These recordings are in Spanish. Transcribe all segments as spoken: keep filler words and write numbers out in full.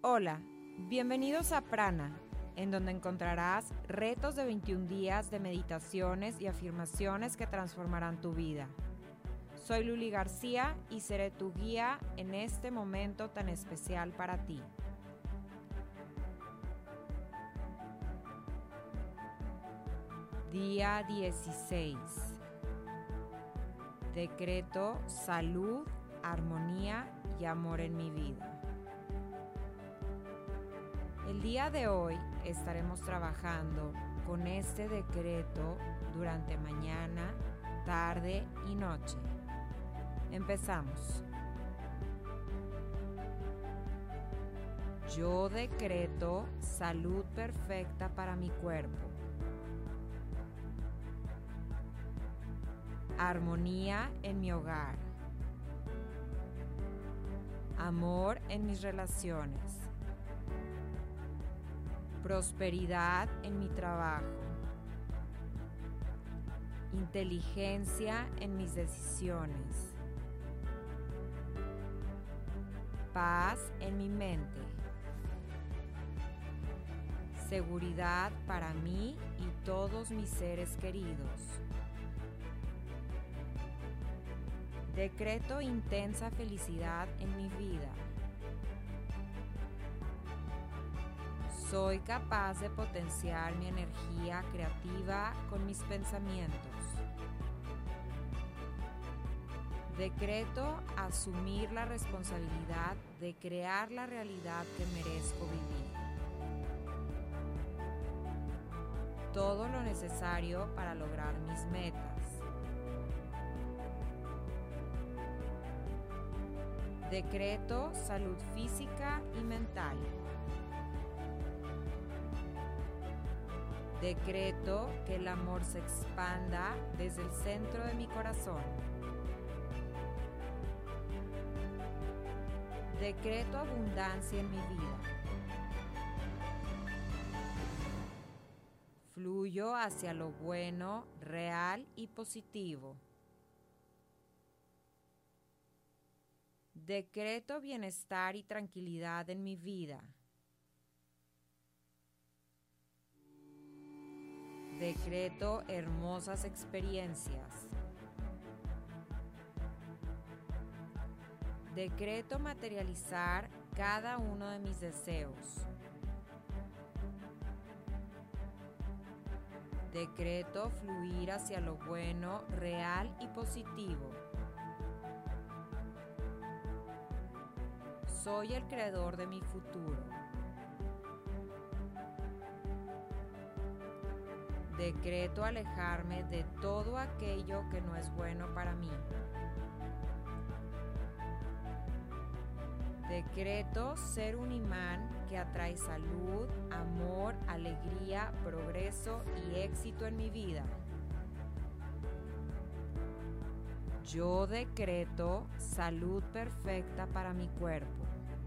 Hola, bienvenidos a Prana, en donde encontrarás retos de veintiún días de meditaciones y afirmaciones que transformarán tu vida. Soy Luli García y seré tu guía en este momento tan especial para ti. Día dieciséis. Decreto salud, armonía y amor en mi vida. El día de hoy estaremos trabajando con este decreto durante mañana, tarde y noche. Empezamos. Yo decreto salud perfecta para mi cuerpo, armonía en mi hogar, amor en mis relaciones, prosperidad en mi trabajo, inteligencia en mis decisiones, paz en mi mente, seguridad para mí y todos mis seres queridos. Decreto intensa felicidad en mi vida. Soy capaz de potenciar mi energía creativa con mis pensamientos. Decreto asumir la responsabilidad de crear la realidad que merezco vivir. Todo lo necesario para lograr mis metas. Decreto salud física y mental. Decreto que el amor se expanda desde el centro de mi corazón. Decreto abundancia en mi vida. Fluyo hacia lo bueno, real y positivo. Decreto bienestar y tranquilidad en mi vida. Decreto hermosas experiencias. Decreto materializar cada uno de mis deseos. Decreto fluir hacia lo bueno, real y positivo. Soy el creador de mi futuro. Decreto alejarme de todo aquello que no es bueno para mí. Decreto ser un imán que atrae salud, amor, alegría, progreso y éxito en mi vida. Yo decreto salud perfecta para mi cuerpo,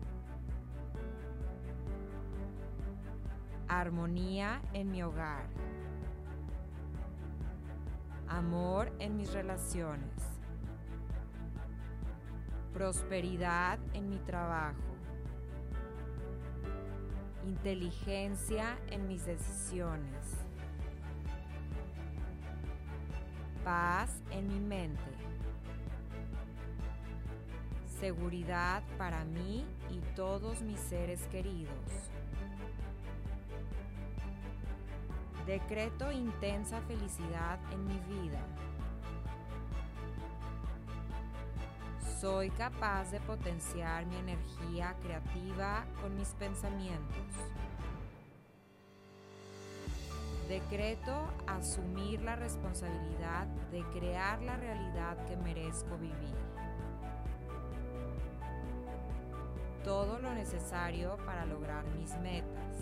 armonía en mi hogar, amor en mis relaciones, prosperidad en mi trabajo, inteligencia en mis decisiones, paz en mi mente, seguridad para mí y todos mis seres queridos. Decreto intensa felicidad en mi vida. Soy capaz de potenciar mi energía creativa con mis pensamientos. Decreto asumir la responsabilidad de crear la realidad que merezco vivir. Todo lo necesario para lograr mis metas.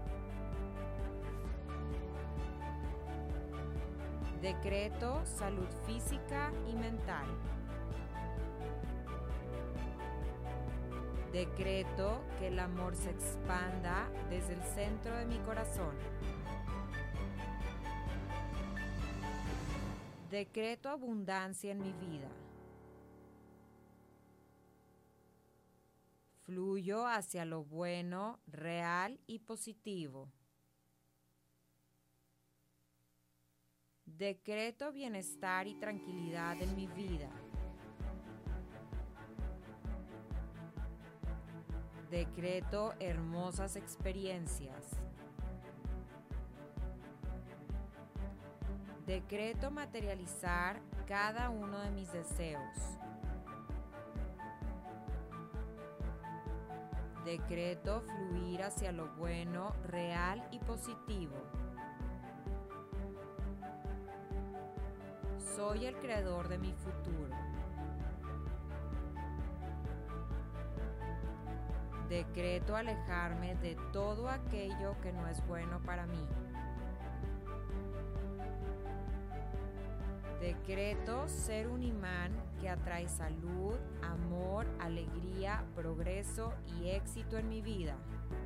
Decreto salud física y mental. Decreto que el amor se expanda desde el centro de mi corazón. Decreto abundancia en mi vida. Fluyo hacia lo bueno, real y positivo. Decreto bienestar y tranquilidad en mi vida. Decreto hermosas experiencias. Decreto materializar cada uno de mis deseos. Decreto fluir hacia lo bueno, real y positivo. Soy el creador de mi futuro. Decreto alejarme de todo aquello que no es bueno para mí. Decreto ser un imán que atrae salud, amor, alegría, progreso y éxito en mi vida.